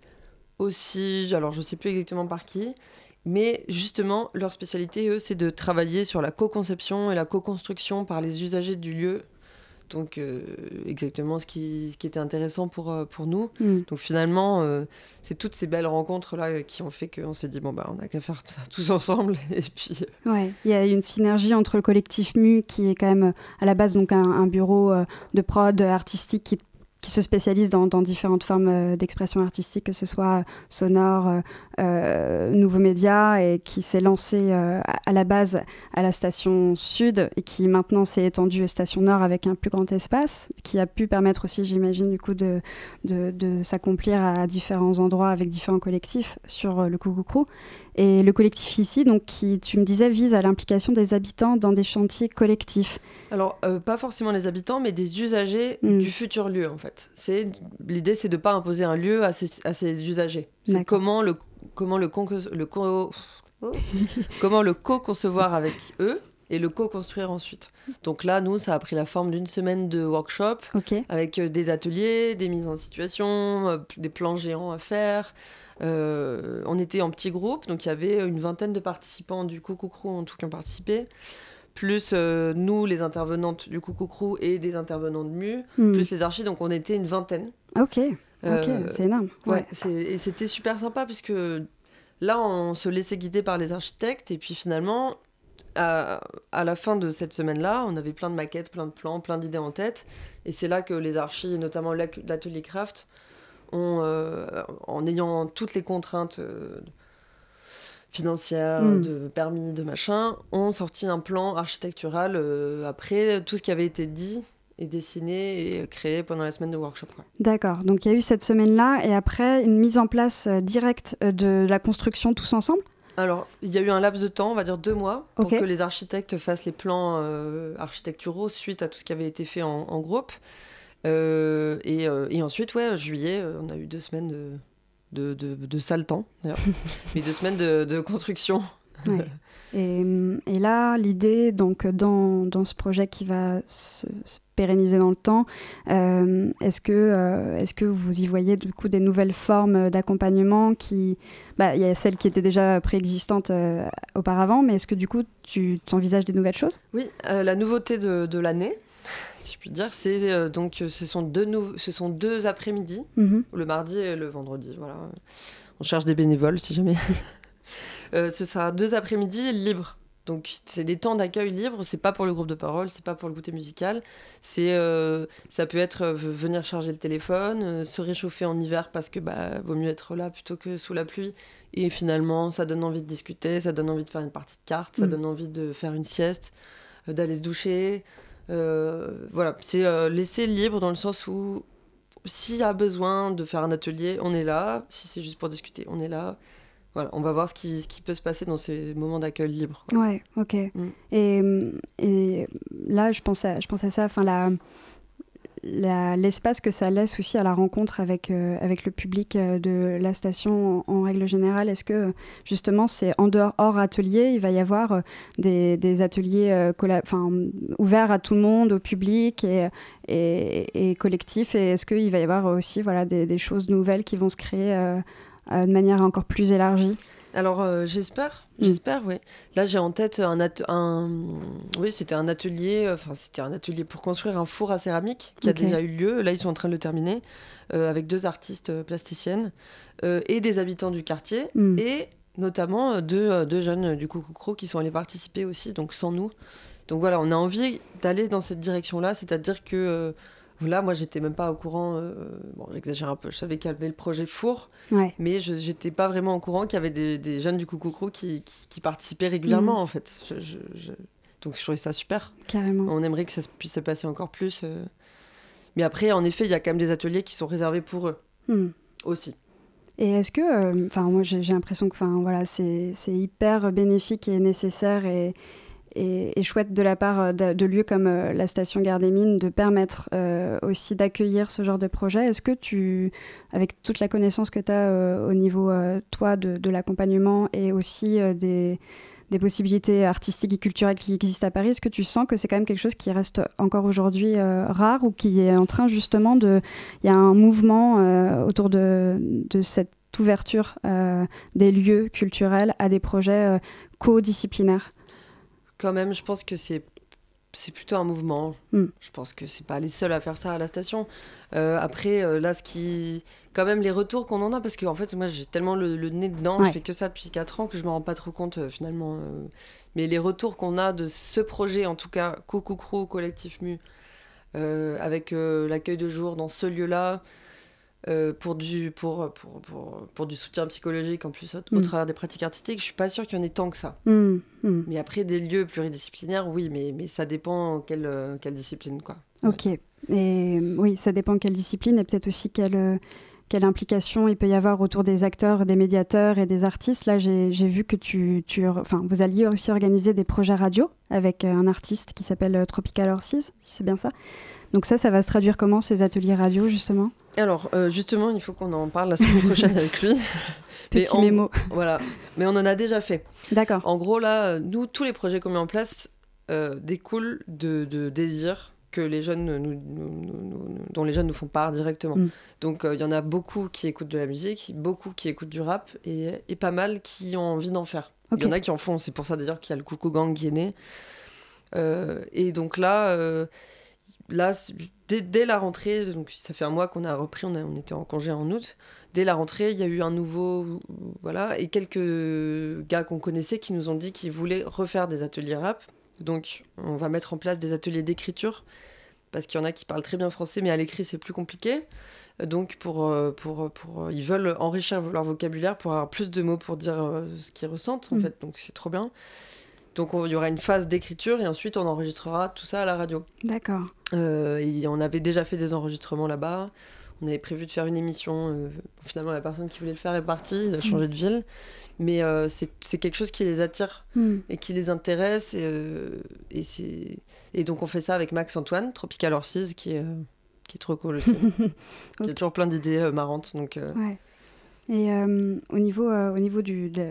aussi, alors je sais plus exactement par qui, mais justement, leur spécialité, eux, c'est de travailler sur la co-conception et la co-construction par les usagers du lieu. Donc, euh, exactement ce qui, ce qui était intéressant pour, euh, pour nous. Mm. Donc, finalement, euh, c'est toutes ces belles rencontres-là euh, qui ont fait qu'on s'est dit, bon, bah, on n'a qu'à faire ça tous ensemble. Et puis, euh, Ouais, il y a une synergie entre le collectif Mu, qui est quand même euh, à la base donc un, un bureau euh, de prod artistique qui, qui se spécialise dans, dans différentes formes euh, d'expression artistique, que ce soit sonore, euh, euh, nouveaux médias, et qui s'est lancé euh, à, à la base à la station Sud et qui maintenant s'est étendu à station Nord avec un plus grand espace, qui a pu permettre aussi, j'imagine, du coup, de, de, de s'accomplir à différents endroits avec différents collectifs sur euh, le Coucou Crew. Et le collectif Ici, donc, qui, tu me disais, vise à l'implication des habitants dans des chantiers collectifs. alors, euh, pas forcément les habitants, mais des usagers Mm. du futur lieu, en fait. C'est, l'idée, c'est de ne pas imposer un lieu à ses, à ses usagers. C'est D'accord. comment le, comment le, con- le co- oh. comment le co-concevoir avec eux et le co-construire ensuite. Donc là, nous, ça a pris la forme d'une semaine de workshop Ok. avec euh, des ateliers, des mises en situation, euh, des plans géants à faire. Euh, on était en petits groupes, donc il y avait une vingtaine de participants du Coucou Crew en tout qui ont participé, plus euh, nous, les intervenantes du Coucou Crew et des intervenants de Mu, Mm. plus les archis, donc on était une vingtaine. Ok. Ok, Euh, c'est énorme. Ouais, Ouais. c'est- et c'était super sympa puisque là, on se laissait guider par les architectes et puis finalement, à, à la fin de cette semaine-là, on avait plein de maquettes, plein de plans, plein d'idées en tête. Et c'est là que les archis, et notamment l'ac- l'atelier Craft, ont, euh, en ayant toutes les contraintes euh, financières, Mm. de permis, de machin, ont sorti un plan architectural euh, après tout ce qui avait été dit et dessiné et créé pendant la semaine de workshop. quoi. D'accord. Donc il y a eu cette semaine-là et après une mise en place euh, directe euh, de la construction tous ensemble. Alors, il y a eu un laps de temps, on va dire deux mois, pour Ok. que les architectes fassent les plans euh, architecturaux suite à tout ce qui avait été fait en, en groupe. Euh, et, euh, et ensuite, ouais, juillet, euh, on a eu deux sales temps, de, de, de, de sale temps, d'ailleurs, mais deux semaines de, de construction Ouais. Et, et là, l'idée, donc, dans, dans ce projet qui va se, se pérenniser dans le temps, euh, est-ce que, euh, est-ce que vous y voyez du coup des nouvelles formes d'accompagnement qui, bah, il y a celles qui étaient déjà préexistantes euh, auparavant, mais est-ce que du coup, tu t'envisages des nouvelles choses ? Oui, euh, la nouveauté de, de l'année, si je puis dire, c'est euh, donc ce sont deux, nou- ce sont deux après-midi, Mm-hmm. le mardi et le vendredi. Voilà. On cherche des bénévoles si jamais. euh, ce sera deux après-midi libres. Donc c'est des temps d'accueil libres, c'est pas pour le groupe de parole, c'est pas pour le goûter musical, c'est euh, ça peut être euh, venir charger le téléphone, euh, se réchauffer en hiver parce que bah vaut mieux être là plutôt que sous la pluie, et finalement ça donne envie de discuter, ça donne envie de faire une partie de cartes, ça Mm. donne envie de faire une sieste, euh, d'aller se doucher, euh, voilà, c'est euh, laisser libre dans le sens où s'il y a besoin de faire un atelier, on est là, si c'est juste pour discuter, on est là. Voilà, on va voir ce qui, ce qui peut se passer dans ces moments d'accueil libre, quoi. Ouais, ok. Mm. Et, et là, je pense à, je pense à ça, enfin, la, la, l'espace que ça laisse aussi à la rencontre avec, euh, avec le public euh, de la station en, en règle générale. Est-ce que, justement, c'est en dehors, hors atelier, il va y avoir euh, des, des ateliers euh, colla- enfin, ouverts à tout le monde, au public et, et, et collectifs, et est-ce qu'il va y avoir aussi voilà, des, des choses nouvelles qui vont se créer euh, euh, de manière encore plus élargie ? Alors euh, j'espère, Mm. j'espère, oui. Là j'ai en tête un, at- un... oui, c'était un atelier, enfin c'était un atelier pour construire un four à céramique qui Ok. a déjà eu lieu. Là ils sont en train de le terminer euh, avec deux artistes euh, plasticiennes euh, et des habitants du quartier Mm. et notamment euh, deux, euh, deux jeunes euh, du Coucou qui sont allés participer aussi, donc sans nous. Donc voilà, on a envie d'aller dans cette direction-là, c'est-à-dire que euh, là, moi, j'étais même pas au courant. Euh, bon, j'exagère un peu. Je savais qu'il y avait le projet Four, Ouais. mais je j'étais pas vraiment au courant qu'il y avait des, des jeunes du Coucou qui, qui, qui participaient régulièrement, Mhm. en fait. Je, je, je... Donc, je trouvais ça super. Carrément. On aimerait que ça se- puisse se passer encore plus. euh. Mais après, en effet, il y a quand même des ateliers qui sont réservés pour eux Mm. aussi. Et est-ce que, enfin, moi j'ai, j'ai l'impression que, enfin, voilà, c'est, c'est hyper bénéfique et nécessaire et, et, et chouette de la part de, de lieux comme euh, la station Gare des Mines de permettre euh, aussi d'accueillir ce genre de projet. Est-ce que tu, avec toute la connaissance que tu as euh, au niveau, euh, toi, de, de l'accompagnement et aussi euh, des, des possibilités artistiques et culturelles qui existent à Paris, est-ce que tu sens que c'est quand même quelque chose qui reste encore aujourd'hui euh, rare ou qui est en train justement de... Il y a un mouvement euh, autour de, de cette ouverture euh, des lieux culturels à des projets euh, co-disciplinaires. Quand même, je pense que c'est c'est plutôt un mouvement. Mm. Je pense que c'est pas les seuls à faire ça à la station. Euh, après, euh, là, ce qui... Quand même, les retours qu'on en a, parce que en fait, moi, j'ai tellement le, le nez dedans, Ouais. je fais que ça depuis quatre ans, que je me rends pas trop compte, euh, finalement. euh. Mais les retours qu'on a de ce projet, en tout cas, Coucou Crew, Collectif Mu, euh, avec euh, l'accueil de jour dans ce lieu-là, euh, pour, du, pour, pour, pour, pour du soutien psychologique, en plus, au, au Mm. travers des pratiques artistiques, je suis pas sûre qu'il y en ait tant que ça. Mm, mm. Mais après, des lieux pluridisciplinaires, oui, mais, mais ça dépend quelle, euh, quelle discipline, quoi. Ok. Et euh, oui, ça dépend quelle discipline et peut-être aussi quelle, euh, quelle implication il peut y avoir autour des acteurs, des médiateurs et des artistes. Là, j'ai, j'ai vu que tu, tu, enfin, vous alliez aussi organiser des projets radio avec euh, un artiste qui s'appelle euh, Tropical Horses, si c'est bien ça. Donc ça, ça va se traduire comment, ces ateliers radio, justement ? Alors, euh, justement, il faut qu'on en parle la semaine prochaine avec lui. Mais Petit en- mémo. Voilà. Mais on en a déjà fait. D'accord. En gros, là, euh, nous, tous les projets qu'on met en place euh, découlent de, de désirs que les jeunes nous, nous- nous- nous- dont les jeunes nous font part directement. Mm. Donc, euh, il y en a beaucoup qui écoutent de la musique, beaucoup qui écoutent du rap, et, et pas mal qui ont envie d'en faire. Il Ok. y en a qui en font, c'est pour ça d'ailleurs qu'il y a le Coucou Gang qui est né. Euh, et donc là... euh, Là, c'est- dès, dès la rentrée, donc ça fait un mois qu'on a repris, on, a- on était en congé en août. Dès la rentrée, il y a eu un nouveau, voilà, et quelques gars qu'on connaissait qui nous ont dit qu'ils voulaient refaire des ateliers rap. Donc, on va mettre en place des ateliers d'écriture parce qu'il y en a qui parlent très bien français, mais à l'écrit c'est plus compliqué. Donc, pour, euh, pour, pour, ils veulent enrichir leur vocabulaire pour avoir plus de mots pour dire euh, ce qu'ils ressentent, en Mm. fait. Donc, c'est trop bien. Donc, on- il y aura une phase d'écriture et ensuite on enregistrera tout ça à la radio. D'accord. Euh, et on avait déjà fait des enregistrements là-bas. On avait prévu de faire une émission. euh, finalement, la personne qui voulait le faire est partie, il a changé de ville. Mais euh, c'est c'est quelque chose qui les attire Mm. et qui les intéresse. Et, euh, et, c'est- et donc, on fait ça avec Max Antoine, Tropical Horses, qui est, euh, qui est trop cool aussi. Qui a toujours plein d'idées euh, marrantes. Donc, euh, Ouais. Et euh, au niveau, euh, au niveau du, de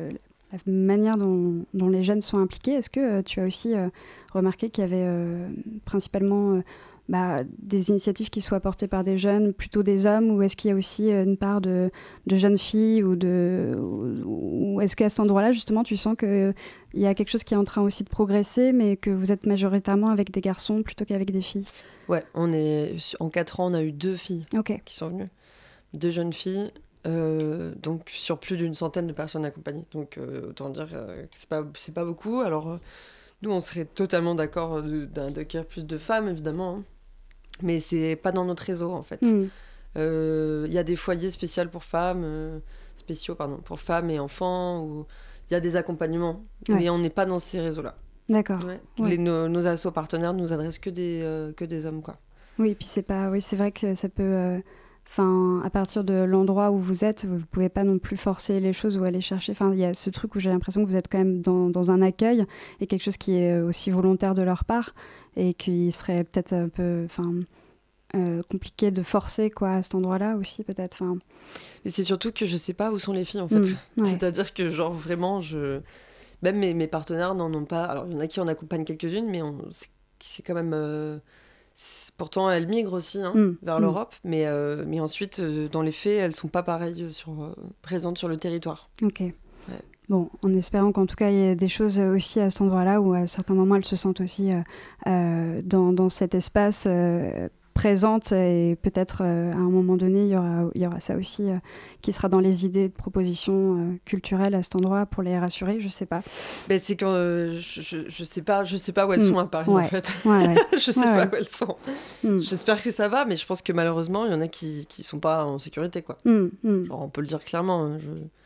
la manière dont, dont les jeunes sont impliqués. Est-ce que euh, tu as aussi euh, remarqué qu'il y avait euh, principalement euh, bah, des initiatives qui soient portées par des jeunes, plutôt des hommes, ou est-ce qu'il y a aussi euh, une part de, de jeunes filles, ou, de, ou, ou est-ce qu'à cet endroit-là, justement, tu sens qu'il y a quelque chose qui est en train aussi de progresser, mais que vous êtes majoritairement avec des garçons plutôt qu'avec des filles? Ouais, on est, en quatre ans, on a eu deux filles Ok. qui sont venues. Deux jeunes filles, euh, donc sur plus d'une centaine de personnes accompagnées. Donc euh, autant dire euh, que c'est pas, c'est pas beaucoup. Alors euh, nous, on serait totalement d'accord de, d'accueillir plus de femmes, évidemment. Hein. Mais c'est pas dans notre réseau, en fait. Il Mm. euh, y a des foyers spéciaux pour femmes, euh, spéciaux, pardon, pour femmes et enfants, où il y a des accompagnements. Ouais. Mais on n'est pas dans ces réseaux-là. D'accord. Ouais. Ouais. Les, nos, nos assos partenaires nous adressent que des, euh, que des hommes, quoi. Oui, puis c'est pas, oui, c'est vrai que ça peut, enfin, à partir de l'endroit où vous êtes, vous pouvez pas non plus forcer les choses ou aller chercher. Enfin, il y a ce truc où j'ai l'impression que vous êtes quand même dans, dans un accueil et quelque chose qui est aussi volontaire de leur part et qui serait peut-être un peu, enfin, euh, compliqué de forcer quoi à cet endroit-là aussi peut-être. Enfin. Et c'est surtout que je sais pas où sont les filles, en fait. Mmh, ouais. C'est-à-dire que genre vraiment, je, même mes, mes partenaires n'en ont pas. Alors il y en a qui en accompagnent quelques-unes, mais on... c'est, c'est quand même. Euh... C'est... Pourtant, elles migrent aussi hein, Mmh, vers mmh. l'Europe, mais, euh, mais ensuite, euh, dans les faits, elles sont pas pareilles sur, euh, présentes sur le territoire. Ok. Bon, en espérant qu'en tout cas, il y ait des choses aussi à cet endroit-là où à certains moments, elles se sentent aussi euh, euh, dans, dans cet espace euh, présente et peut-être euh, à un moment donné, il y aura, il y aura ça aussi euh, qui sera dans les idées de propositions euh, culturelles à cet endroit pour les rassurer, je sais pas. Ben, c'est quand euh, je, je, je sais pas, je sais pas où elles Mmh, sont à Paris ouais. en fait. Ouais, ouais. je sais Ouais, pas ouais. où elles sont. Mm. J'espère que ça va, mais je pense que malheureusement, il y en a qui qui sont pas en sécurité quoi. Mm, mm. Genre, on peut le dire clairement. Hein, je...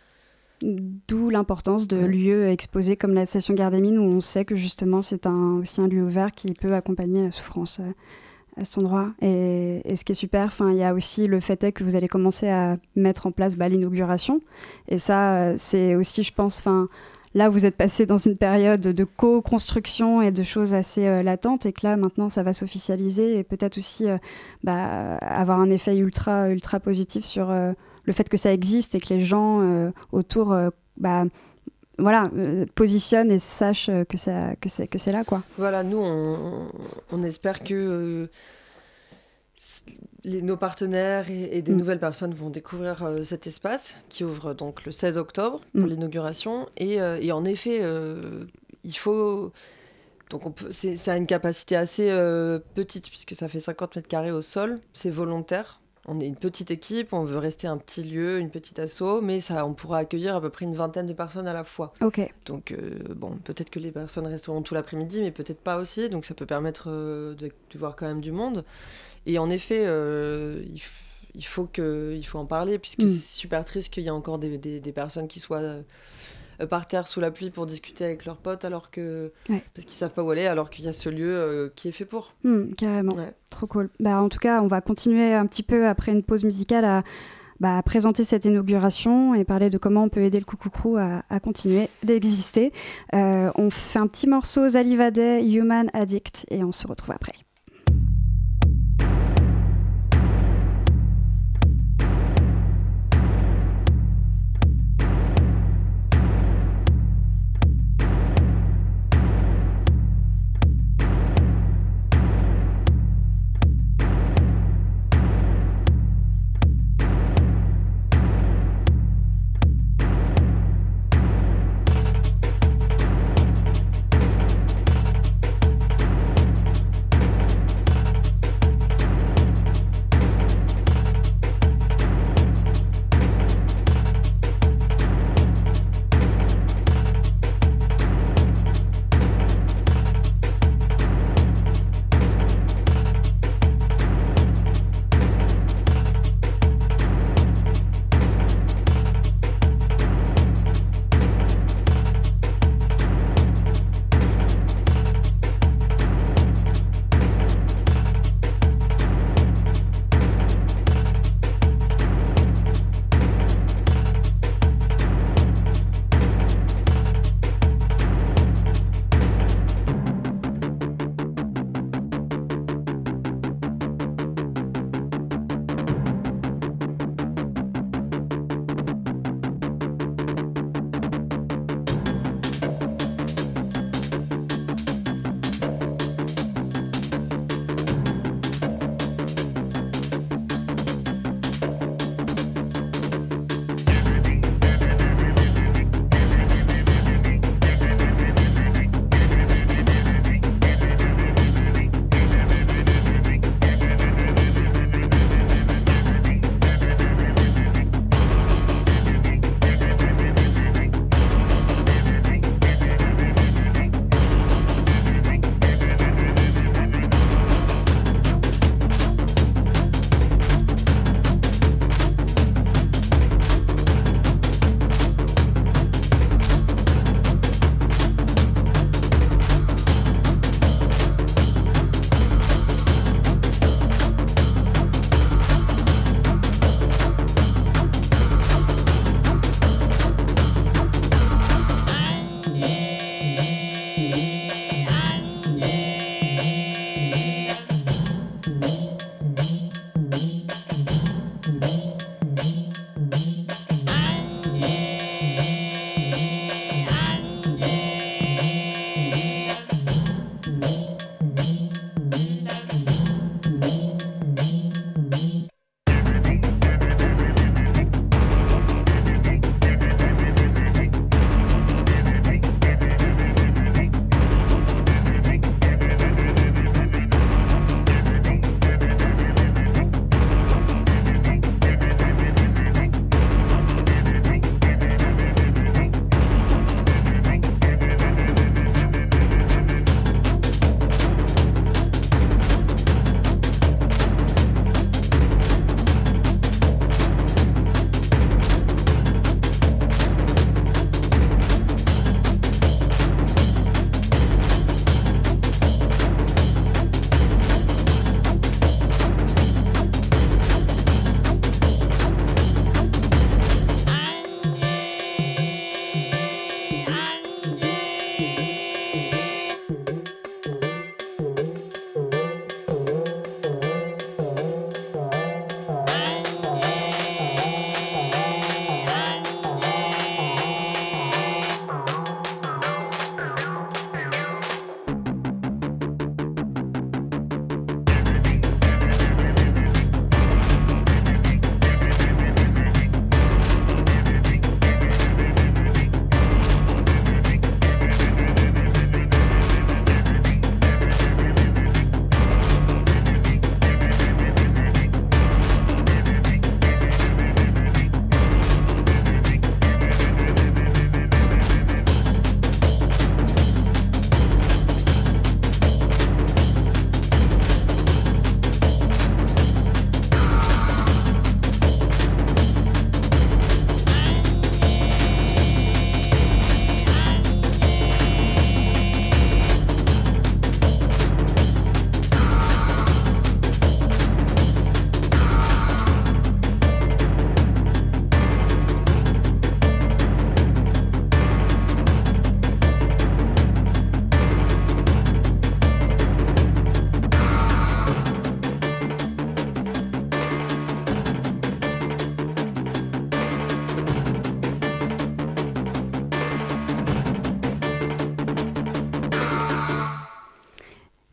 D'où l'importance de Ouais. lieux exposés comme la station Gare des Mines où on sait que justement c'est un, aussi un lieu ouvert qui peut accompagner la souffrance euh, à cet endroit. Et, et ce qui est super, il y a aussi le fait est que vous allez commencer à mettre en place bah, l'inauguration. Et ça, euh, c'est aussi, je pense, là vous êtes passé dans une période de co-construction et de choses assez euh, latentes et que là maintenant ça va s'officialiser et peut-être aussi euh, bah, avoir un effet ultra, ultra positif sur... Euh, le fait que ça existe et que les gens euh, autour euh, bah, voilà, euh, positionnent et sachent euh, que, ça, que, c'est, que c'est là. Quoi. Voilà, nous, on, on espère que euh, les, nos partenaires et, et des Mm. nouvelles personnes vont découvrir euh, cet espace qui ouvre donc le seize octobre pour Mm. l'inauguration. Et, euh, et en effet, euh, il faut... Donc on peut, c'est, ça a une capacité assez euh, petite puisque ça fait cinquante mètres carrés au sol. C'est volontaire. On est une petite équipe, on veut rester un petit lieu, une petite asso, mais ça, on pourra accueillir à peu près une vingtaine de personnes à la fois. Ok. Donc, euh, bon, peut-être que les personnes resteront tout l'après-midi, mais peut-être pas aussi. Donc, ça peut permettre euh, de, de voir quand même du monde. Et en effet, euh, il, f- il, faut que, il faut en parler, puisque Mm. c'est super triste qu'il y ait encore des, des, des personnes qui soient euh, par terre sous la pluie pour discuter avec leurs potes, alors que, Ouais. parce qu'ils savent pas où aller, alors qu'il y a ce lieu euh, qui est fait pour. Mm, carrément. Ouais. Trop cool. Bah, en tout cas, on va continuer un petit peu après une pause musicale à, bah, à présenter cette inauguration et parler de comment on peut aider le Coucou-Crou à, à continuer d'exister. Euh, on fait un petit morceau Zalivade, Human Addict, et on se retrouve après. Zalivade,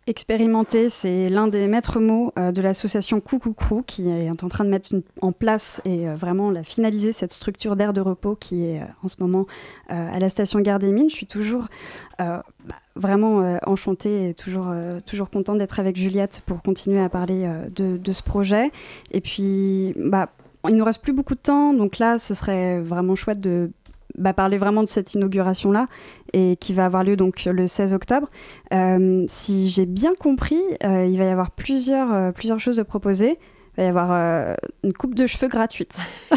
Expérimenter, c'est l'un des maîtres mots euh, de l'association Coucou Crew qui est en train de mettre une, en place et euh, vraiment la finaliser cette structure d'aire de repos qui est euh, en ce moment euh, à la station Gare des Mines. Je suis toujours euh, bah, vraiment euh, enchantée et toujours, euh, toujours contente d'être avec Juliette pour continuer à parler euh, de, de ce projet. Et puis, bah, il nous reste plus beaucoup de temps, donc là, ce serait vraiment chouette de Bah, parler vraiment de cette inauguration-là et qui va avoir lieu donc le seize octobre. Euh, si j'ai bien compris, euh, il va y avoir plusieurs, euh, plusieurs choses de proposer. Il va y avoir euh, une coupe de cheveux gratuite.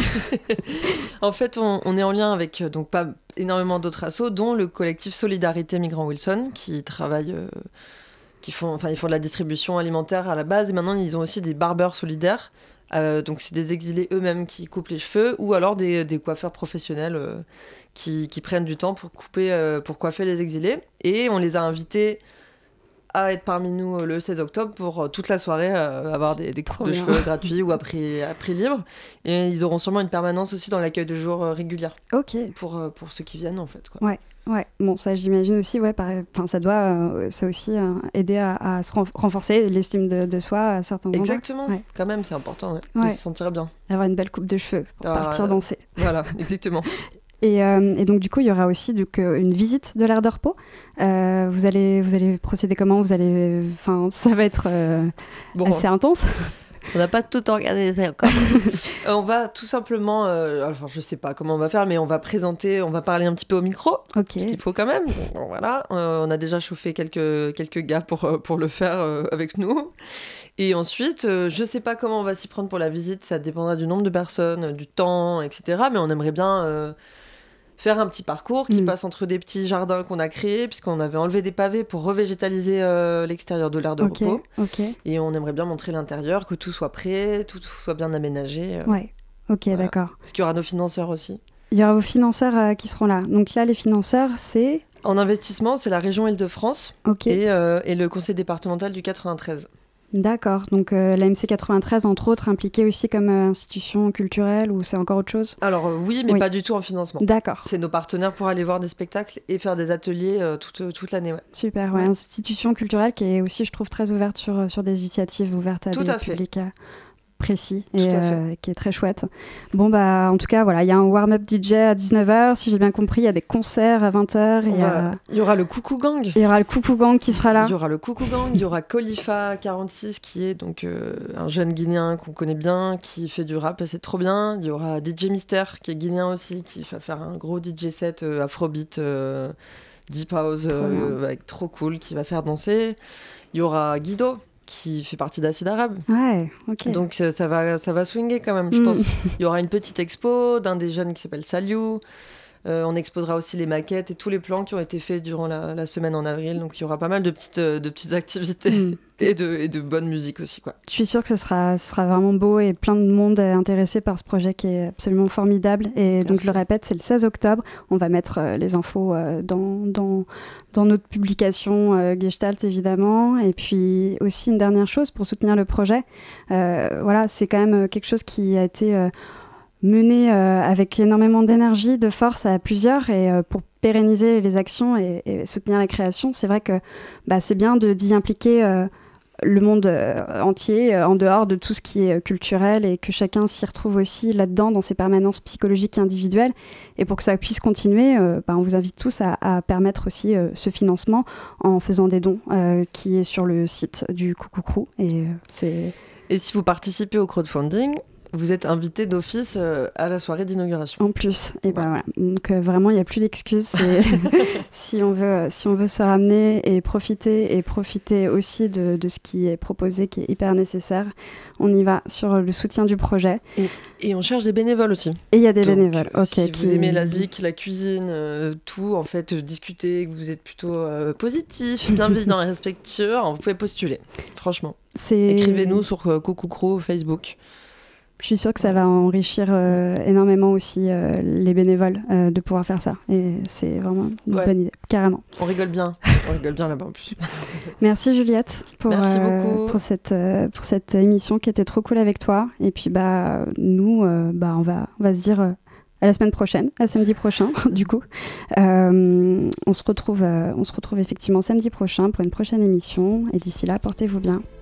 En fait, on, on est en lien avec euh, donc pas énormément d'autres assos, dont le collectif Solidarité Migrants Wilson, qui travaille, euh, qui font, enfin, ils font de la distribution alimentaire à la base, et maintenant ils ont aussi des barbeurs solidaires. Euh, donc c'est des exilés eux-mêmes qui coupent les cheveux ou alors des, des coiffeurs professionnels euh, qui, qui prennent du temps pour couper, euh, pour coiffer les exilés. Et on les a invités à être parmi nous le seize octobre pour euh, toute la soirée euh, avoir des, des coupes de bien. cheveux gratuits ou à prix, à prix libre. Et ils auront sûrement une permanence aussi dans l'accueil de jour euh, régulière Ok. pour, euh, pour ceux qui viennent en fait, quoi. Ouais. Ouais, bon, ça j'imagine aussi, ouais, pareil, ça doit euh, ça aussi euh, aider à, à se renf- renforcer l'estime de, de soi à certains endroits. Exactement, Ouais. quand même c'est important ouais, Ouais. de se sentir bien. Avoir une belle coupe de cheveux pour Ah, partir euh, danser. Voilà, exactement. Et, euh, et donc du coup, il y aura aussi donc, euh, une visite de l'aire de repos. Euh, vous, allez, vous allez procéder comment vous allez, enfin, ça va être euh, Bon, assez intense. on n'a pas tout organisé encore. Euh, on va tout simplement, euh, enfin je sais pas comment on va faire, mais on va présenter, on va parler un petit peu au micro, Ok. parce qu'il faut quand même. Donc, bon, voilà, Euh, on a déjà chauffé quelques, quelques gars pour, euh, pour le faire euh, avec nous. Et ensuite, euh, je sais pas comment on va s'y prendre pour la visite, ça dépendra du nombre de personnes, du temps, et cetera. Mais on aimerait bien euh, faire un petit parcours qui Mm. passe entre des petits jardins qu'on a créés, puisqu'on avait enlevé des pavés pour revégétaliser euh, l'extérieur de l'aire de Ok. repos. Ok. Et on aimerait bien montrer l'intérieur, que tout soit prêt, tout soit bien aménagé. euh, Ouais. Ok, Voilà. d'accord. Parce qu'il y aura nos financeurs aussi. Il y aura vos financeurs euh, qui seront là. Donc là, les financeurs, c'est En investissement, c'est la région Île-de-France ok. et, euh, et le conseil départemental du quatre-vingt-treize. D'accord. Donc euh, la M C quatre-vingt-treize, entre autres, impliquée aussi comme euh, institution culturelle ou c'est encore autre chose? Alors euh, oui, mais Oui. pas du tout en financement. D'accord. C'est nos partenaires pour aller voir des spectacles et faire des ateliers euh, toute, toute l'année. Ouais. Super. Ouais. Ouais. Institution culturelle qui est aussi, je trouve, très ouverte sur, sur des initiatives ouvertes à Tout des à fait. publics euh, précis et Tout à fait. euh, qui est très chouette. Bon, bah, en tout cas, voilà, il y a un warm-up D J à dix-neuf heures, si j'ai bien compris. Il y a des concerts à vingt heures. On Il y, va- a... Il y aura le Coucou Gang. il y aura le Coucou Gang qui sera là. Il y aura le Coucou Gang, il y aura Khalifa quarante-six qui est donc euh, un jeune Guinéen qu'on connaît bien, qui fait du rap et c'est trop bien. Il y aura D J Mister qui est guinéen aussi, qui va faire un gros D J set euh, afrobeat, euh, deep house, Trop euh, avec trop cool, qui va faire danser. Il y aura Guido qui fait partie d'Acide Arabe. Ouais, ok. Donc ça, ça va, ça va swinger quand même, je Mm. pense. Il y aura une petite expo d'un des jeunes qui s'appelle Saliou. Euh, on exposera aussi les maquettes et tous les plans qui ont été faits durant la, la semaine en avril. Donc il y aura pas mal de petites, euh, de petites activités Mm. et, de, et de bonne musique aussi, quoi. Je suis sûre que ce sera, ce sera vraiment beau et plein de monde est intéressé par ce projet qui est absolument formidable. Et donc, Merci. je le répète, c'est le seize octobre. On va mettre euh, les infos euh, dans, dans, dans notre publication euh, Gestalt, évidemment. Et puis, aussi, une dernière chose pour soutenir le projet. Euh, voilà, c'est quand même quelque chose qui a été euh, mené euh, avec énormément d'énergie, de force à plusieurs. Et euh, pour pérenniser les actions et, et soutenir la création, c'est vrai que bah, c'est bien de, d'y impliquer euh, le monde euh, entier, euh, en dehors de tout ce qui est euh, culturel, et que chacun s'y retrouve aussi là-dedans, dans ses permanences psychologiques et individuelles. Et pour que ça puisse continuer, euh, bah, on vous invite tous à, à permettre aussi euh, ce financement en faisant des dons, euh, qui est sur le site du Coucou Crew. Et euh, c'est... Et si vous participez au crowdfunding, vous êtes invité d'office euh, à la soirée d'inauguration. En plus, et ben voilà. Donc euh, vraiment, il n'y a plus d'excuses. C'est si on veut, si on veut se ramener et profiter et profiter aussi de, de ce qui est proposé, qui est hyper nécessaire, on y va sur le soutien du projet. Et, et on cherche des bénévoles aussi. Et il y a des Donc, bénévoles. euh, Ok. si qui- vous aimez la zik, la cuisine, euh, tout, en fait, euh, discuter, que vous êtes plutôt euh, positif, bienveillant et respectueux, vous pouvez postuler. Franchement, c'est... écrivez-nous sur euh, Coucou Crew Facebook. Je suis sûre que ça va enrichir euh, énormément aussi euh, les bénévoles euh, de pouvoir faire ça. Et c'est vraiment une Ouais. bonne idée, carrément. On rigole bien, on rigole bien là-bas en plus. Merci Juliette pour, Merci euh, beaucoup. pour, cette, euh, pour cette émission qui était trop cool avec toi. Et puis bah, nous, euh, bah, on, va, on va se dire euh, à à la semaine prochaine, à samedi prochain, du coup. Euh, on se retrouve, euh, on se retrouve effectivement samedi prochain pour une prochaine émission. Et d'ici là, portez-vous bien.